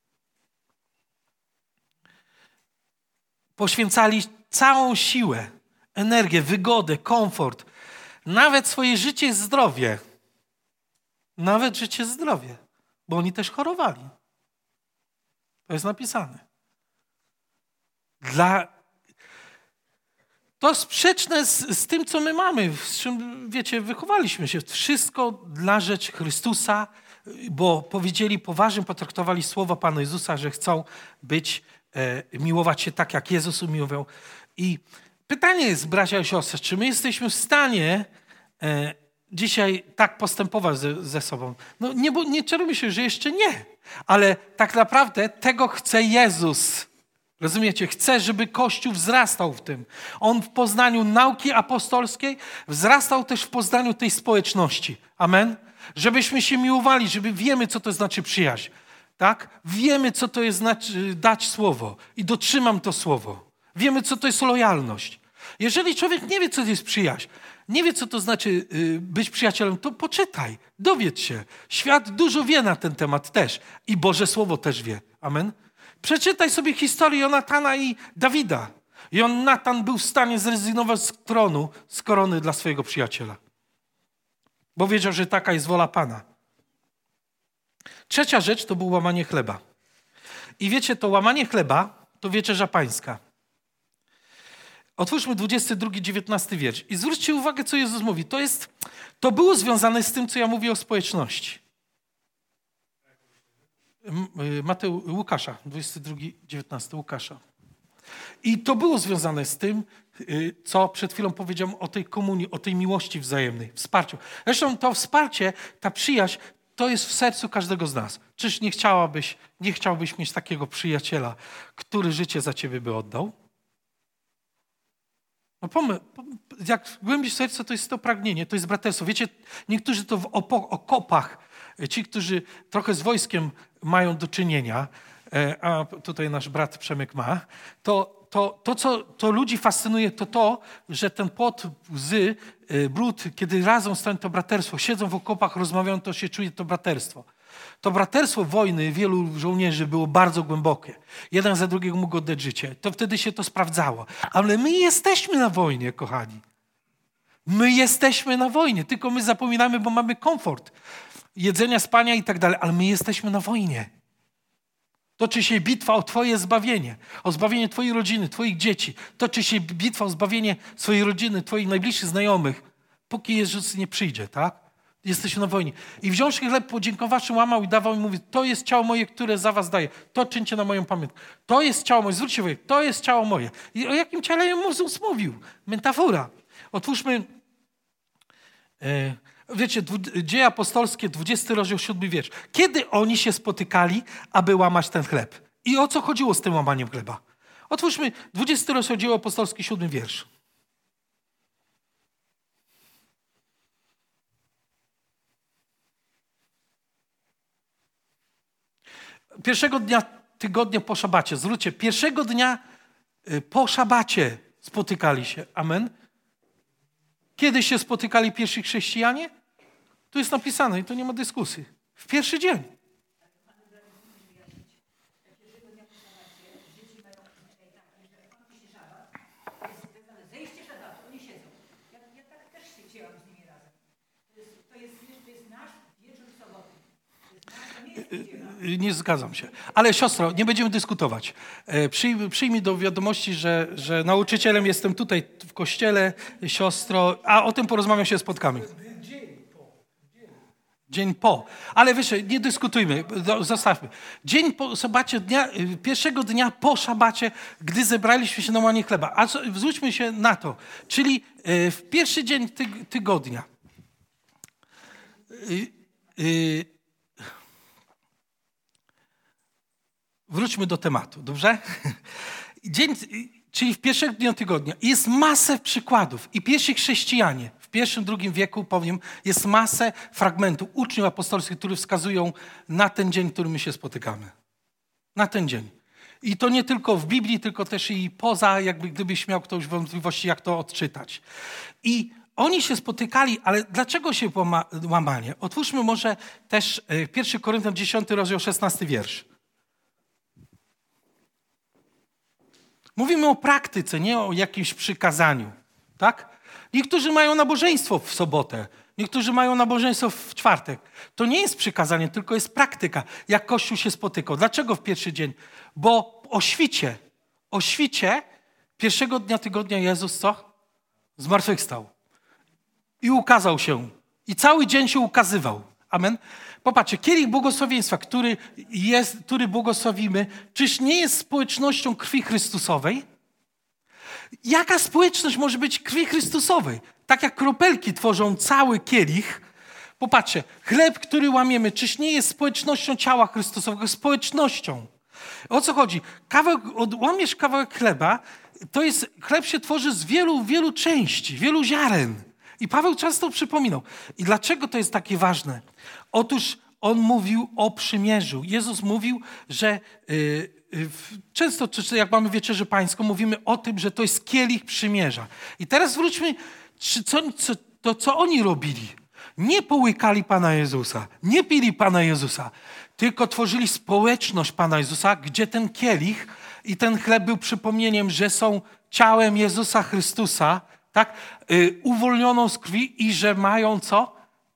Poświęcali całą siłę, energię, wygodę, komfort, nawet swoje życie i zdrowie. Nawet życie i zdrowie, bo oni też chorowali. To jest napisane. Dla... To sprzeczne z, z tym, co my mamy, z czym, wiecie, wychowaliśmy się. Wszystko dla rzecz Chrystusa, bo powiedzieli poważnie, potraktowali słowa Pana Jezusa, że chcą być, e, miłować się tak, jak Jezus umiłował. I pytanie jest, bracia i siostry, czy my jesteśmy w stanie e, dzisiaj tak postępować ze, ze sobą? No nie, bo nie czarujmy się, że jeszcze nie, ale tak naprawdę tego chce Jezus. Rozumiecie? Chce, żeby Kościół wzrastał w tym. On w poznaniu nauki apostolskiej wzrastał też w poznaniu tej społeczności. Amen? Żebyśmy się miłowali, żeby wiemy, co to znaczy przyjaźń. Tak? Wiemy, co to jest znaczy dać słowo i dotrzymam to słowo. Wiemy, co to jest lojalność. Jeżeli człowiek nie wie, co to jest przyjaźń, nie wie, co to znaczy być przyjacielem, to poczytaj, dowiedz się. Świat dużo wie na ten temat też i Boże Słowo też wie. Amen? Przeczytaj sobie historię Jonatana i Dawida. Jonatan był w stanie zrezygnować z tronu, z korony dla swojego przyjaciela. Bo wiedział, że taka jest wola Pana. Trzecia rzecz to było łamanie chleba. I wiecie, to łamanie chleba to wieczerza pańska. Otwórzmy dwudziesty drugi, dziewiętnasty wiersz. I zwróćcie uwagę, co Jezus mówi. To jest, to było związane z tym, co ja mówię o społeczności. Mateusz, Łukasza, dwudziesty drugi, dziewiętnasty, Łukasza. I to było związane z tym, co przed chwilą powiedziałem o tej komunii, o tej miłości wzajemnej, wsparciu. Zresztą to wsparcie, ta przyjaźń, to jest w sercu każdego z nas. Czyż nie chciałabyś, nie chciałbyś mieć takiego przyjaciela, który życie za ciebie by oddał? No pomyśl, jak głębiej serca, to jest to pragnienie, to jest braterstwo. Wiecie, niektórzy to w opo- okopach, ci, którzy trochę z wojskiem mają do czynienia, a tutaj nasz brat Przemek ma, to, to, to co to ludzi fascynuje, to to, że ten pot, łzy, brud, kiedy razem stają to braterstwo, siedzą w okopach, rozmawiają, to się czuje to braterstwo. To braterstwo wojny wielu żołnierzy było bardzo głębokie. Jeden za drugiego mógł oddać życie. To wtedy się to sprawdzało. Ale my jesteśmy na wojnie, kochani. My jesteśmy na wojnie, tylko my zapominamy, bo mamy komfort jedzenia, spania i tak dalej, ale my jesteśmy na wojnie. Toczy się bitwa o twoje zbawienie, o zbawienie twojej rodziny, twoich dzieci. Toczy się bitwa o zbawienie swojej rodziny, twoich najbliższych znajomych, póki Jezus nie przyjdzie, tak? Jesteśmy na wojnie. I wziąwszy chleb, podziękowawszy, łamał i dawał i mówi, to jest ciało moje, które za was daję. To czyńcie na moją pamiętkę. To jest ciało moje, zwróćcie uwagę, to jest ciało moje. I o jakim ciele Jezus mówił? Metafora. Otwórzmy, e, wiecie, dwu, Dzieje apostolskie, dwudziesty rozdział, siódmy wiersz. Kiedy oni się spotykali, aby łamać ten chleb? I o co chodziło z tym łamaniem chleba? Otwórzmy dwudziesty rozdział, Dzieje apostolskie, siódmy wiersz. Pierwszego dnia tygodnia po szabacie, zwróćcie, pierwszego dnia po szabacie spotykali się. Amen. Kiedy się spotykali pierwsi chrześcijanie? Tu jest napisane i to nie ma dyskusji. W pierwszy dzień. Zejście szabatu, oni siedzą. Ja, ja tak też siedziałam z nimi razem. To jest, to jest, to jest nasz wieczór soboty. To jest nasz, to nie jest niedziela. nie zgadzam się. Ale siostro, nie będziemy dyskutować. Przyjmij, przyjmij do wiadomości, że, że nauczycielem jestem tutaj w kościele, siostro, a o tym porozmawiam się, spotkamy. Dzień po. Ale wiesz, nie dyskutujmy, zostawmy. Dzień po szabacie, dnia, pierwszego dnia po szabacie, gdy zebraliśmy się na łamanie chleba. A zwróćmy się na to. Czyli w pierwszy dzień tyg- tygodnia. Wróćmy do tematu, dobrze? Dzień, czyli w pierwszych dniach tygodnia. Jest masę przykładów. I pierwsi chrześcijanie w pierwszym, drugim wieku, powiem, jest masę fragmentów uczniów apostolskich, które wskazują na ten dzień, w którym my się spotykamy. Na ten dzień. I to nie tylko w Biblii, tylko też i poza, jakby gdybyś miał ktoś wątpliwości, jak to odczytać. I oni się spotykali, ale dlaczego się łamanie? Otwórzmy może też pierwszy Koryntian dziesiąty rozdział szesnasty wiersz. Mówimy o praktyce, nie o jakimś przykazaniu, tak? Niektórzy mają nabożeństwo w sobotę, niektórzy mają nabożeństwo w czwartek. To nie jest przykazanie, tylko jest praktyka, jak Kościół się spotykał. Dlaczego w pierwszy dzień? Bo o świcie, o świcie pierwszego dnia tygodnia Jezus co? Zmartwychwstał. I ukazał się. I cały dzień się ukazywał. Amen. Popatrzcie, kielich błogosławieństwa, który, jest, który błogosławimy, czyż nie jest społecznością krwi Chrystusowej? Jaka społeczność może być krwi Chrystusowej? Tak jak kropelki tworzą cały kielich. Popatrzcie, chleb, który łamiemy, czyż nie jest społecznością ciała Chrystusowego? Społecznością. O co chodzi? Kawałek, łamiesz kawałek chleba, to jest, chleb się tworzy z wielu, wielu części, wielu ziaren. I Paweł często przypominał. I dlaczego to jest takie ważne? Otóż on mówił o przymierzu. Jezus mówił, że yy, yy, często, czy jak mamy wieczerzę pańską, mówimy o tym, że to jest kielich przymierza. I teraz wróćmy, czy co, co, to co oni robili. Nie połykali Pana Jezusa, nie pili Pana Jezusa, tylko tworzyli społeczność Pana Jezusa, gdzie ten kielich i ten chleb był przypomnieniem, że są ciałem Jezusa Chrystusa, tak, yy, uwolnioną z krwi i że mają co?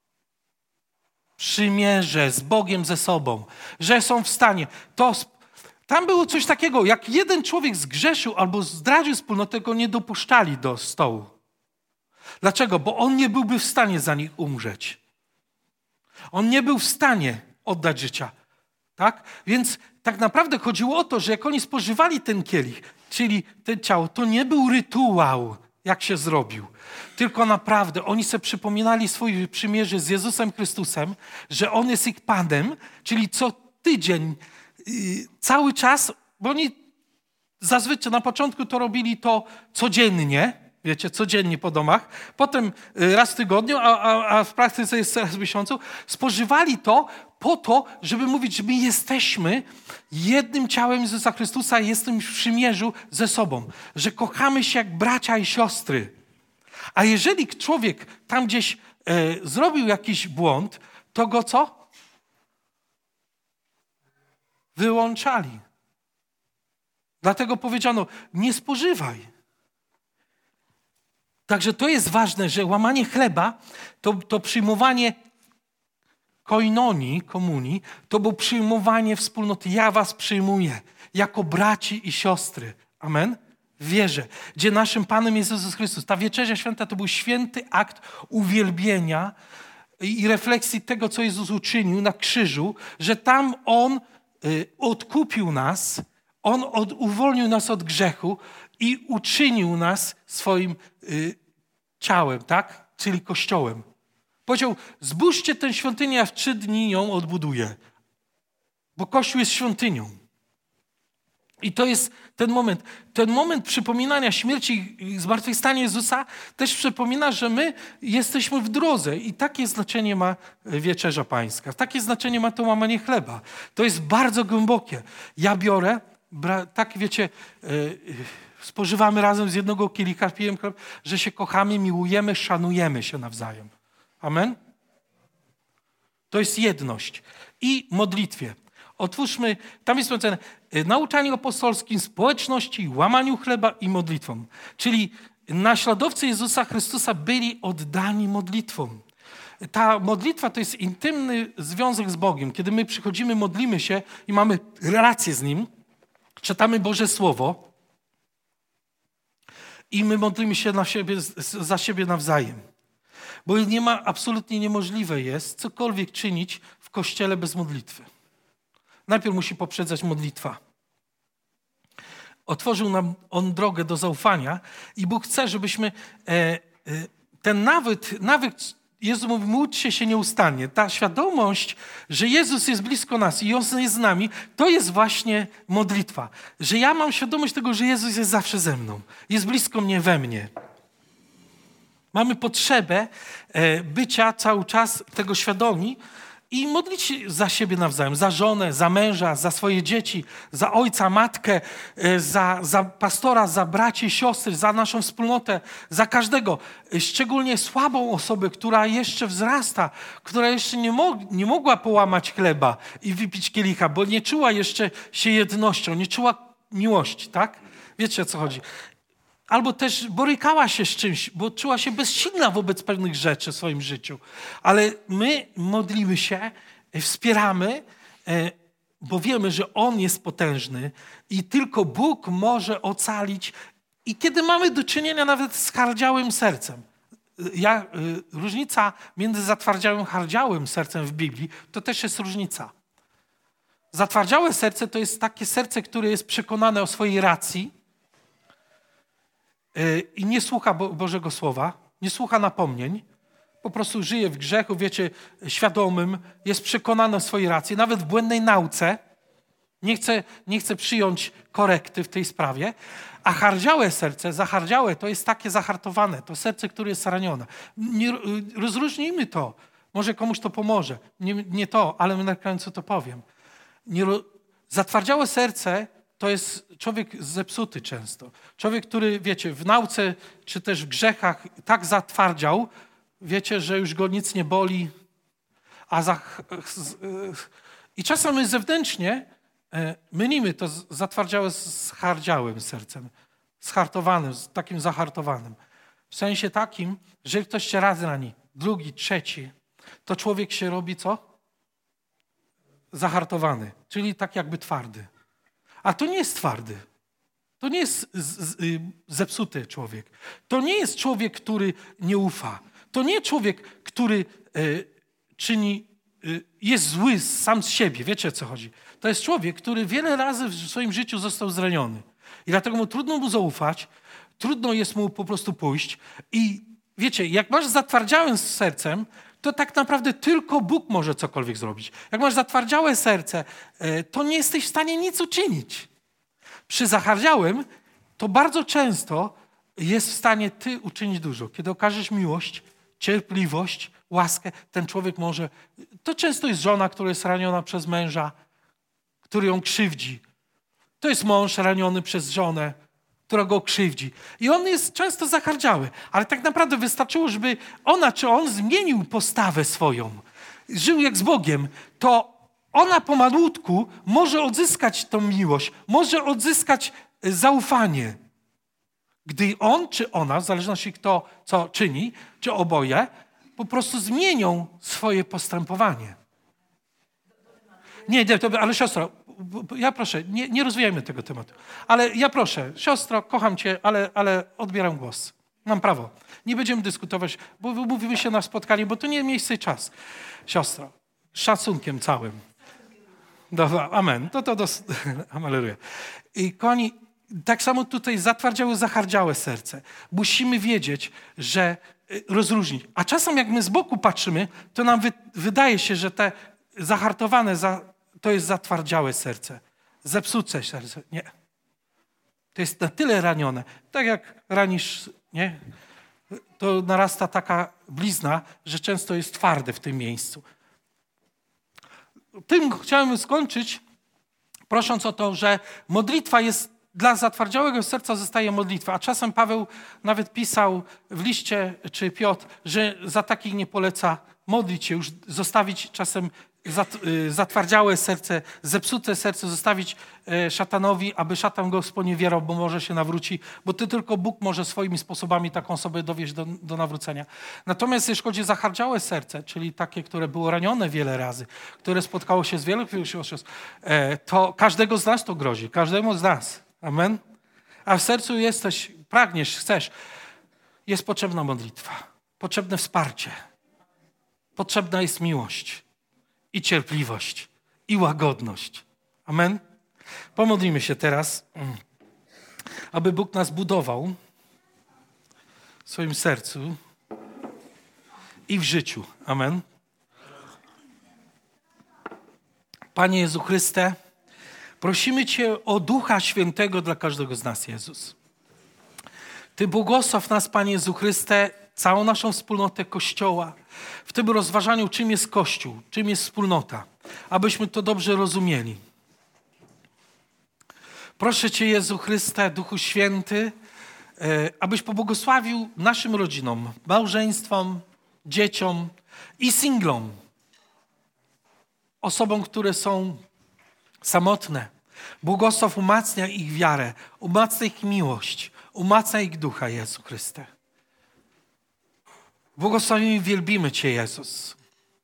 Przymierze z Bogiem ze sobą, że są w stanie. To, tam było coś takiego, jak jeden człowiek zgrzeszył albo zdradził wspólnotę, go nie dopuszczali do stołu. Dlaczego? Bo on nie byłby w stanie za nich umrzeć. On nie był w stanie oddać życia. Tak? Więc tak naprawdę chodziło o to, że jak oni spożywali ten kielich, czyli to ciało, to nie był rytuał, jak się zrobił. Tylko naprawdę oni sobie przypominali swoje przymierze z Jezusem Chrystusem, że On jest ich Panem, czyli co tydzień, yy, cały czas, bo oni zazwyczaj na początku to robili to codziennie, wiecie, codziennie po domach, potem yy, raz w tygodniu, a, a, a w praktyce jest raz w miesiącu, spożywali to po to, żeby mówić, że my jesteśmy jednym ciałem Jezusa Chrystusa i jesteśmy w przymierzu ze sobą, że kochamy się jak bracia i siostry. A jeżeli człowiek tam gdzieś e, zrobił jakiś błąd, to go co? Wyłączali. Dlatego powiedziano, nie spożywaj. Także to jest ważne, że łamanie chleba, to, to przyjmowanie koinonii, komunii, to było przyjmowanie wspólnoty. Ja was przyjmuję jako braci i siostry. Amen? W wierze, gdzie naszym Panem jest Jezus Chrystus. Ta wieczerza święta to był święty akt uwielbienia i refleksji tego, co Jezus uczynił na krzyżu, że tam On y, odkupił nas, On od, uwolnił nas od grzechu i uczynił nas swoim y, ciałem, tak? Czyli Kościołem. Powiedział, zbóżcie tę świątynię, a w trzy dni ją odbuduję. Bo Kościół jest świątynią. I to jest ten moment. Ten moment przypominania śmierci i zmartwychwstania Jezusa też przypomina, że my jesteśmy w drodze. I takie znaczenie ma wieczerza pańska. Takie znaczenie ma to łamanie chleba. To jest bardzo głębokie. Ja biorę, bra, tak wiecie, yy, spożywamy razem z jednego kielicha, pijemy chleb, że się kochamy, miłujemy, szanujemy się nawzajem. Amen? To jest jedność. I modlitwie. Otwórzmy, tam jest napisane, nauczaniu apostolskim, społeczności, łamaniu chleba i modlitwom. Czyli naśladowcy Jezusa Chrystusa byli oddani modlitwom. Ta modlitwa to jest intymny związek z Bogiem. Kiedy my przychodzimy, modlimy się i mamy relację z Nim, czytamy Boże Słowo i my modlimy się na siebie, za siebie nawzajem. Bo nie ma, absolutnie niemożliwe jest cokolwiek czynić w Kościele bez modlitwy. Najpierw musi poprzedzać modlitwa. Otworzył nam On drogę do zaufania i Bóg chce, żebyśmy e, e, ten nawyk, nawyk, Jezus mówi, módlcie się nieustannie. Ta świadomość, że Jezus jest blisko nas i On jest z nami, to jest właśnie modlitwa. Że ja mam świadomość tego, że Jezus jest zawsze ze mną. Jest blisko mnie, we mnie. Mamy potrzebę e, bycia cały czas tego świadomi i modlić się za siebie nawzajem, za żonę, za męża, za swoje dzieci, za ojca, matkę, za, za pastora, za braci, siostry, za naszą wspólnotę, za każdego. Szczególnie słabą osobę, która jeszcze wzrasta, która jeszcze nie, mo- nie mogła połamać chleba i wypić kielicha, bo nie czuła jeszcze się jednością, nie czuła miłości, tak? Wiecie, o co chodzi. Albo też borykała się z czymś, bo czuła się bezsilna wobec pewnych rzeczy w swoim życiu. Ale my modlimy się, wspieramy, bo wiemy, że On jest potężny i tylko Bóg może ocalić. I kiedy mamy do czynienia nawet z hardziałym sercem, ja, różnica między zatwardziałym a hardziałym sercem w Biblii, to też jest różnica. Zatwardziałe serce to jest takie serce, które jest przekonane o swojej racji, i nie słucha Bo- Bożego Słowa, nie słucha napomnień, po prostu żyje w grzechu, wiecie, świadomym, jest przekonany o swojej racji, nawet w błędnej nauce, nie chce, nie chce przyjąć korekty w tej sprawie, a hardziałe serce, zahardziałe, to jest takie zahartowane, to serce, które jest ranione. Nie, rozróżnijmy to, może komuś to pomoże, nie, nie to, ale na końcu to powiem. Nie, zatwardziałe serce to jest człowiek zepsuty często. Człowiek, który, wiecie, w nauce czy też w grzechach tak zatwardział, wiecie, że już go nic nie boli. A za, I czasem zewnętrznie mylimy to zatwardziałe z hardziałym sercem, zhartowanym, z takim zahartowanym. W sensie takim, że jak ktoś cię raz rani, drugi, trzeci, to człowiek się robi co? Zahartowany, czyli tak jakby twardy. A to nie jest twardy. To nie jest z, z, zepsuty człowiek. To nie jest człowiek, który nie ufa. To nie jest człowiek, który e, czyni, e, jest zły sam z siebie. Wiecie, o co chodzi? To jest człowiek, który wiele razy w swoim życiu został zraniony. I dlatego mu trudno mu zaufać, trudno jest mu po prostu pójść. I wiecie, jak masz zatwardziałym sercem, to tak naprawdę tylko Bóg może cokolwiek zrobić. Jak masz zatwardziałe serce, to nie jesteś w stanie nic uczynić. Przy zahardziałym to bardzo często jest w stanie ty uczynić dużo. Kiedy okażesz miłość, cierpliwość, łaskę, ten człowiek może... To często jest żona, która jest raniona przez męża, który ją krzywdzi. To jest mąż raniony przez żonę, która go krzywdzi. I on jest często zahardziały. Ale tak naprawdę wystarczyło, żeby ona czy on zmienił postawę swoją. Żył jak z Bogiem. To ona pomalutku może odzyskać tą miłość. Może odzyskać zaufanie. Gdy on czy ona, w zależności kto co czyni, czy oboje, po prostu zmienią swoje postępowanie. Nie, nie ale siostro, ja proszę, nie, nie rozwijajmy tego tematu. Ale ja proszę, siostro, kocham cię, ale, ale odbieram głos. Mam prawo. Nie będziemy dyskutować, bo mówimy się na spotkaniu, bo to nie miejsce i czas. Siostro, z szacunkiem całym. Dobra, amen. To to dos... Aleluja. I kochani, tak samo tutaj zatwardziałe, zahardziałe serce. Musimy wiedzieć, że rozróżnić. A czasem jak my z boku patrzymy, to nam wy... wydaje się, że te zahartowane, za... to jest zatwardziałe serce. Zepsute serce. Nie. To jest na tyle ranione. Tak jak ranisz, nie? To narasta taka blizna, że często jest twarde w tym miejscu. Tym chciałem skończyć, prosząc o to, że modlitwa jest, dla zatwardziałego serca zostaje modlitwa. A czasem Paweł nawet pisał w liście, czy Piotr, że za takich nie poleca modlić się, już zostawić czasem zat, y, zatwardziałe serce, zepsute serce zostawić y, szatanowi, aby szatan go sponiewierał, bo może się nawróci, bo ty tylko Bóg może swoimi sposobami taką osobę dowieść do, do nawrócenia. Natomiast jeśli chodzi o zahardziałe serce, czyli takie, które było ranione wiele razy, które spotkało się z wielu oszustw, y, to każdego z nas to grozi, każdemu z nas. Amen? A w sercu jesteś, pragniesz, chcesz, jest potrzebna modlitwa, potrzebne wsparcie, potrzebna jest miłość i cierpliwość i łagodność. Amen? Pomodlimy się teraz, aby Bóg nas budował w swoim sercu i w życiu. Amen? Panie Jezu Chryste, prosimy Cię o Ducha Świętego dla każdego z nas, Jezus. Ty błogosław nas, Panie Jezu Chryste, całą naszą wspólnotę Kościoła, w tym rozważaniu, czym jest Kościół, czym jest wspólnota, abyśmy to dobrze rozumieli. Proszę Cię, Jezu Chryste, Duchu Święty, abyś pobłogosławił naszym rodzinom, małżeństwom, dzieciom i singlom, osobom, które są samotne. Błogosław umacnia ich wiarę, umacnia ich miłość, umacnia ich ducha, Jezu Chryste. Błogosławimy i wielbimy Cię, Jezus.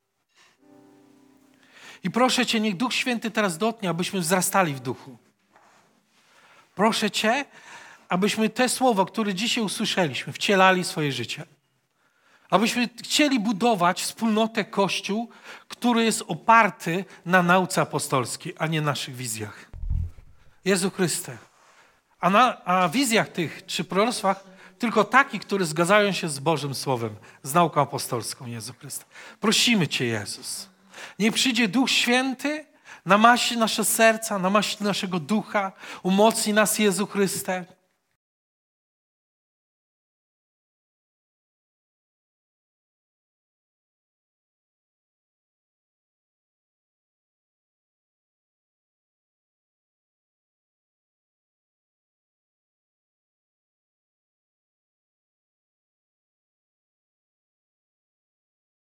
I proszę Cię, niech Duch Święty teraz dotknie, abyśmy wzrastali w duchu. Proszę Cię, abyśmy te słowa, które dzisiaj usłyszeliśmy, wcielali w swoje życie. Abyśmy chcieli budować wspólnotę Kościół, który jest oparty na nauce apostolskiej, a nie naszych wizjach. Jezu Chryste. A, na, a wizjach tych, czy proroctwach, tylko takich, które zgadzają się z Bożym Słowem, z nauką apostolską, Jezu Chryste. Prosimy Cię, Jezus. Niech przyjdzie Duch Święty, namaści nasze serca, namaści naszego ducha, umocni nas, Jezu Chryste.